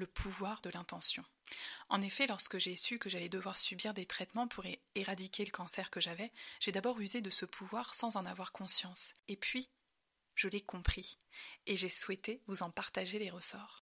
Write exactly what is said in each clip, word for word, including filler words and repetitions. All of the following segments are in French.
le pouvoir de l'intention. En effet, lorsque j'ai su que j'allais devoir subir des traitements pour é- éradiquer le cancer que j'avais, j'ai d'abord usé de ce pouvoir sans en avoir conscience. Et puis, je l'ai compris, et j'ai souhaité vous en partager les ressorts.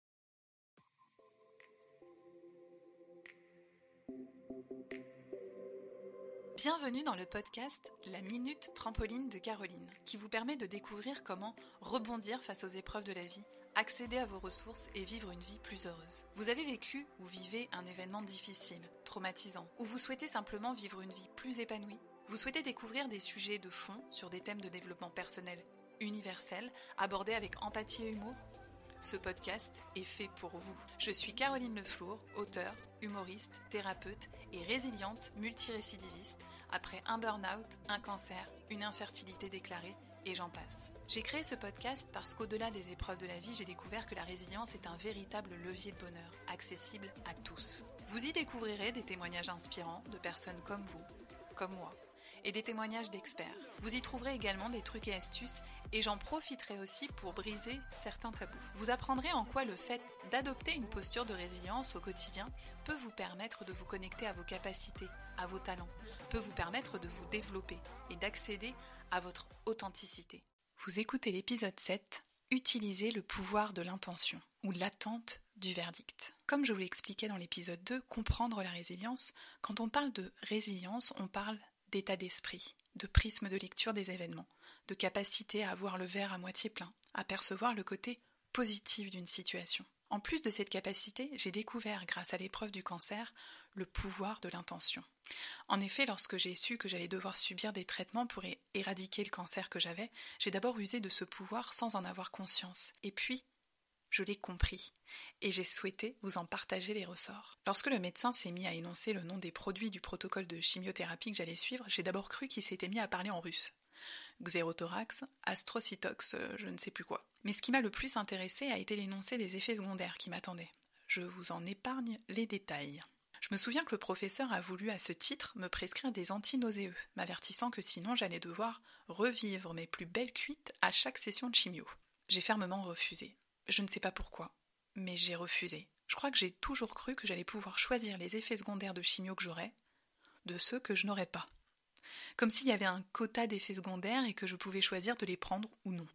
Bienvenue dans le podcast La Minute Trampoline de Caroline, qui vous permet de découvrir comment rebondir face aux épreuves de la vie, accéder à vos ressources et vivre une vie plus heureuse. Vous avez vécu ou vivez un événement difficile, traumatisant, ou vous souhaitez simplement vivre une vie plus épanouie? Vous souhaitez découvrir des sujets de fond sur des thèmes de développement personnel universels, abordés avec empathie et humour? Ce podcast est fait pour vous. Je suis Caroline Leflour, auteure, humoriste, thérapeute et résiliente multirécidiviste après un burn-out, un cancer, une infertilité déclarée et j'en passe. J'ai créé ce podcast parce qu'au-delà des épreuves de la vie, j'ai découvert que la résilience est un véritable levier de bonheur, accessible à tous. Vous y découvrirez des témoignages inspirants de personnes comme vous, comme moi, et des témoignages d'experts. Vous y trouverez également des trucs et astuces et j'en profiterai aussi pour briser certains tabous. Vous apprendrez en quoi le fait d'adopter une posture de résilience au quotidien peut vous permettre de vous connecter à vos capacités, à vos talents, peut vous permettre de vous développer et d'accéder à votre authenticité. Vous écoutez l'épisode sept, Utiliser le pouvoir de l'intention ou l'attente du verdict. Comme je vous l'expliquais dans l'épisode deux, comprendre la résilience, quand on parle de résilience, on parle d'état d'esprit, de prisme de lecture des événements, de capacité à voir le verre à moitié plein, à percevoir le côté positif d'une situation. En plus de cette capacité, j'ai découvert, grâce à l'épreuve du cancer, le pouvoir de l'intention. En effet, lorsque j'ai su que j'allais devoir subir des traitements pour é- éradiquer le cancer que j'avais, j'ai d'abord usé de ce pouvoir sans en avoir conscience. Et puis, je l'ai compris, et j'ai souhaité vous en partager les ressorts. Lorsque le médecin s'est mis à énoncer le nom des produits du protocole de chimiothérapie que j'allais suivre, j'ai d'abord cru qu'il s'était mis à parler en russe. Xérothorax, astrocytox, euh, je ne sais plus quoi. Mais ce qui m'a le plus intéressé a été l'énoncé des effets secondaires qui m'attendaient. Je vous en épargne les détails. Je me souviens que le professeur a voulu à ce titre me prescrire des antinauséeux, m'avertissant que sinon j'allais devoir revivre mes plus belles cuites à chaque session de chimio. J'ai fermement refusé. Je ne sais pas pourquoi, mais j'ai refusé. Je crois que j'ai toujours cru que j'allais pouvoir choisir les effets secondaires de chimio que j'aurais, de ceux que je n'aurais pas. Comme s'il y avait un quota d'effets secondaires et que je pouvais choisir de les prendre ou non.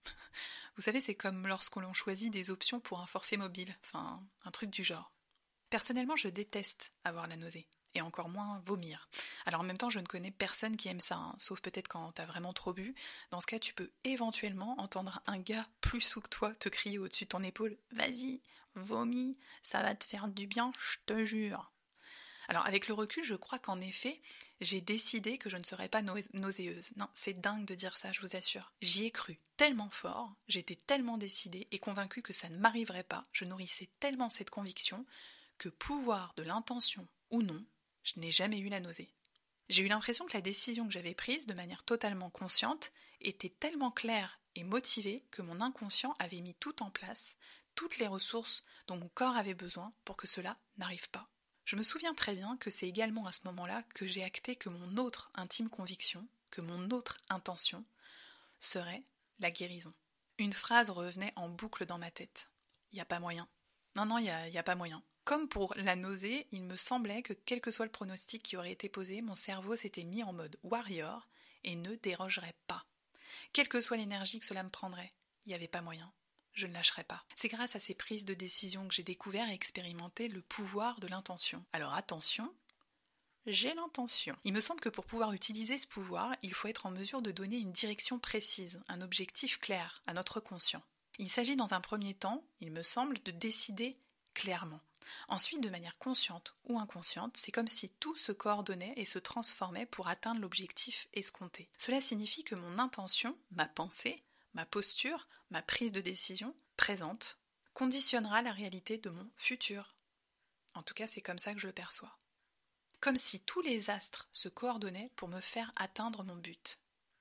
Vous savez, c'est comme lorsqu'on choisit des options pour un forfait mobile, enfin, un truc du genre. Personnellement, je déteste avoir la nausée, et encore moins vomir. Alors en même temps, je ne connais personne qui aime ça, hein, sauf peut-être quand t'as vraiment trop bu. Dans ce cas, tu peux éventuellement entendre un gars plus sous que toi te crier au-dessus de ton épaule « Vas-y, vomis, ça va te faire du bien, je te jure !» Alors avec le recul, je crois qu'en effet, j'ai décidé que je ne serais pas nauséeuse. Non, c'est dingue de dire ça, je vous assure. J'y ai cru tellement fort, j'étais tellement décidée et convaincue que ça ne m'arriverait pas, je nourrissais tellement cette conviction que pouvoir de l'intention ou non, je n'ai jamais eu la nausée. J'ai eu l'impression que la décision que j'avais prise de manière totalement consciente était tellement claire et motivée que mon inconscient avait mis tout en place, toutes les ressources dont mon corps avait besoin pour que cela n'arrive pas. Je me souviens très bien que c'est également à ce moment-là que j'ai acté que mon autre intime conviction, que mon autre intention, serait la guérison. Une phrase revenait en boucle dans ma tête. Il n'y a pas moyen. Non, non, il n'y a, y a pas moyen. Comme pour la nausée, il me semblait que quel que soit le pronostic qui aurait été posé, mon cerveau s'était mis en mode warrior et ne dérogerait pas. Quelle que soit l'énergie que cela me prendrait, il n'y avait pas moyen. Je ne lâcherai pas. C'est grâce à ces prises de décision que j'ai découvert et expérimenté le pouvoir de l'intention. Alors attention, j'ai l'intention. Il me semble que pour pouvoir utiliser ce pouvoir, il faut être en mesure de donner une direction précise, un objectif clair à notre conscient. Il s'agit dans un premier temps, il me semble, de décider clairement. Ensuite, de manière consciente ou inconsciente, c'est comme si tout se coordonnait et se transformait pour atteindre l'objectif escompté. Cela signifie que mon intention, ma pensée, ma posture, ma prise de décision présente, conditionnera la réalité de mon futur. En tout cas, c'est comme ça que je le perçois. Comme si tous les astres se coordonnaient pour me faire atteindre mon but.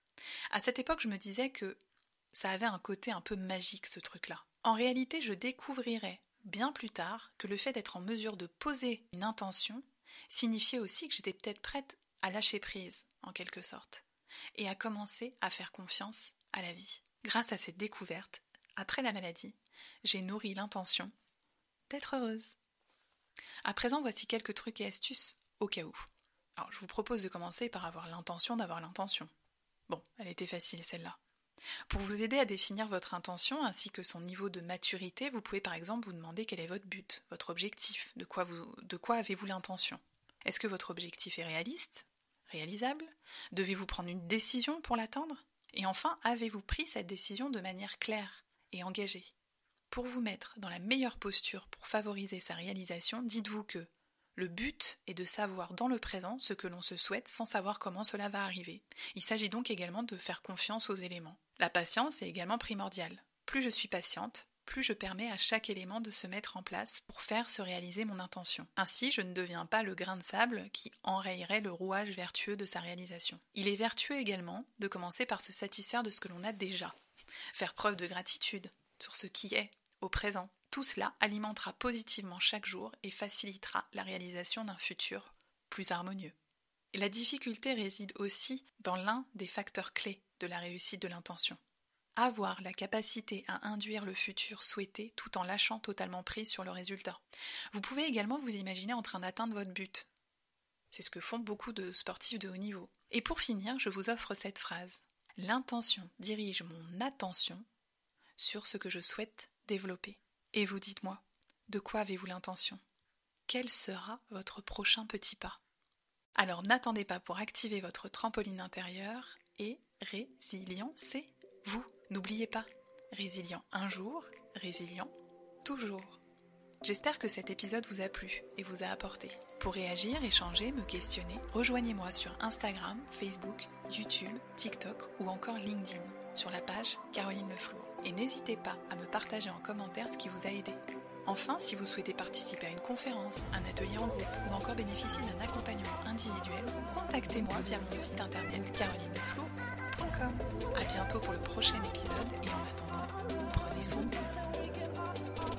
À cette époque, je me disais que ça avait un côté un peu magique, ce truc-là. En réalité, je découvrirais bien plus tard que le fait d'être en mesure de poser une intention signifiait aussi que j'étais peut-être prête à lâcher prise, en quelque sorte, et à commencer à faire confiance à la vie. Grâce à cette découverte, après la maladie, j'ai nourri l'intention d'être heureuse. À présent, voici quelques trucs et astuces au cas où. Alors, je vous propose de commencer par avoir l'intention d'avoir l'intention. Bon, elle était facile celle-là. Pour vous aider à définir votre intention ainsi que son niveau de maturité, vous pouvez par exemple vous demander quel est votre but, votre objectif, de quoi, vous, de quoi avez-vous l'intention. Est-ce que votre objectif est réaliste, réalisable ? Devez-vous prendre une décision pour l'atteindre ? Et enfin, avez-vous pris cette décision de manière claire et engagée ? Pour vous mettre dans la meilleure posture pour favoriser sa réalisation, dites-vous que le but est de savoir dans le présent ce que l'on se souhaite sans savoir comment cela va arriver. Il s'agit donc également de faire confiance aux éléments. La patience est également primordiale. Plus je suis patiente, plus je permets à chaque élément de se mettre en place pour faire se réaliser mon intention. Ainsi, je ne deviens pas le grain de sable qui enrayerait le rouage vertueux de sa réalisation. Il est vertueux également de commencer par se satisfaire de ce que l'on a déjà. Faire preuve de gratitude sur ce qui est, au présent. Tout cela alimentera positivement chaque jour et facilitera la réalisation d'un futur plus harmonieux. Et la difficulté réside aussi dans l'un des facteurs clés de la réussite de l'intention. Avoir la capacité à induire le futur souhaité tout en lâchant totalement prise sur le résultat. Vous pouvez également vous imaginer en train d'atteindre votre but. C'est ce que font beaucoup de sportifs de haut niveau. Et pour finir, je vous offre cette phrase. L'intention dirige mon attention sur ce que je souhaite développer. Et vous dites-moi, de quoi avez-vous l'intention ? Quel sera votre prochain petit pas ? Alors n'attendez pas pour activer votre trampoline intérieure et résilience-vous. N'oubliez pas, résilient un jour, résilient toujours. J'espère que cet épisode vous a plu et vous a apporté. Pour réagir, échanger, me questionner, rejoignez-moi sur Instagram, Facebook, YouTube, TikTok ou encore LinkedIn sur la page Caroline Leflour. Et n'hésitez pas à me partager en commentaire ce qui vous a aidé. Enfin, si vous souhaitez participer à une conférence, un atelier en groupe ou encore bénéficier d'un accompagnement individuel, contactez-moi via mon site internet caroline leflour point com. À bientôt pour le prochain épisode et en attendant, prenez soin de vous.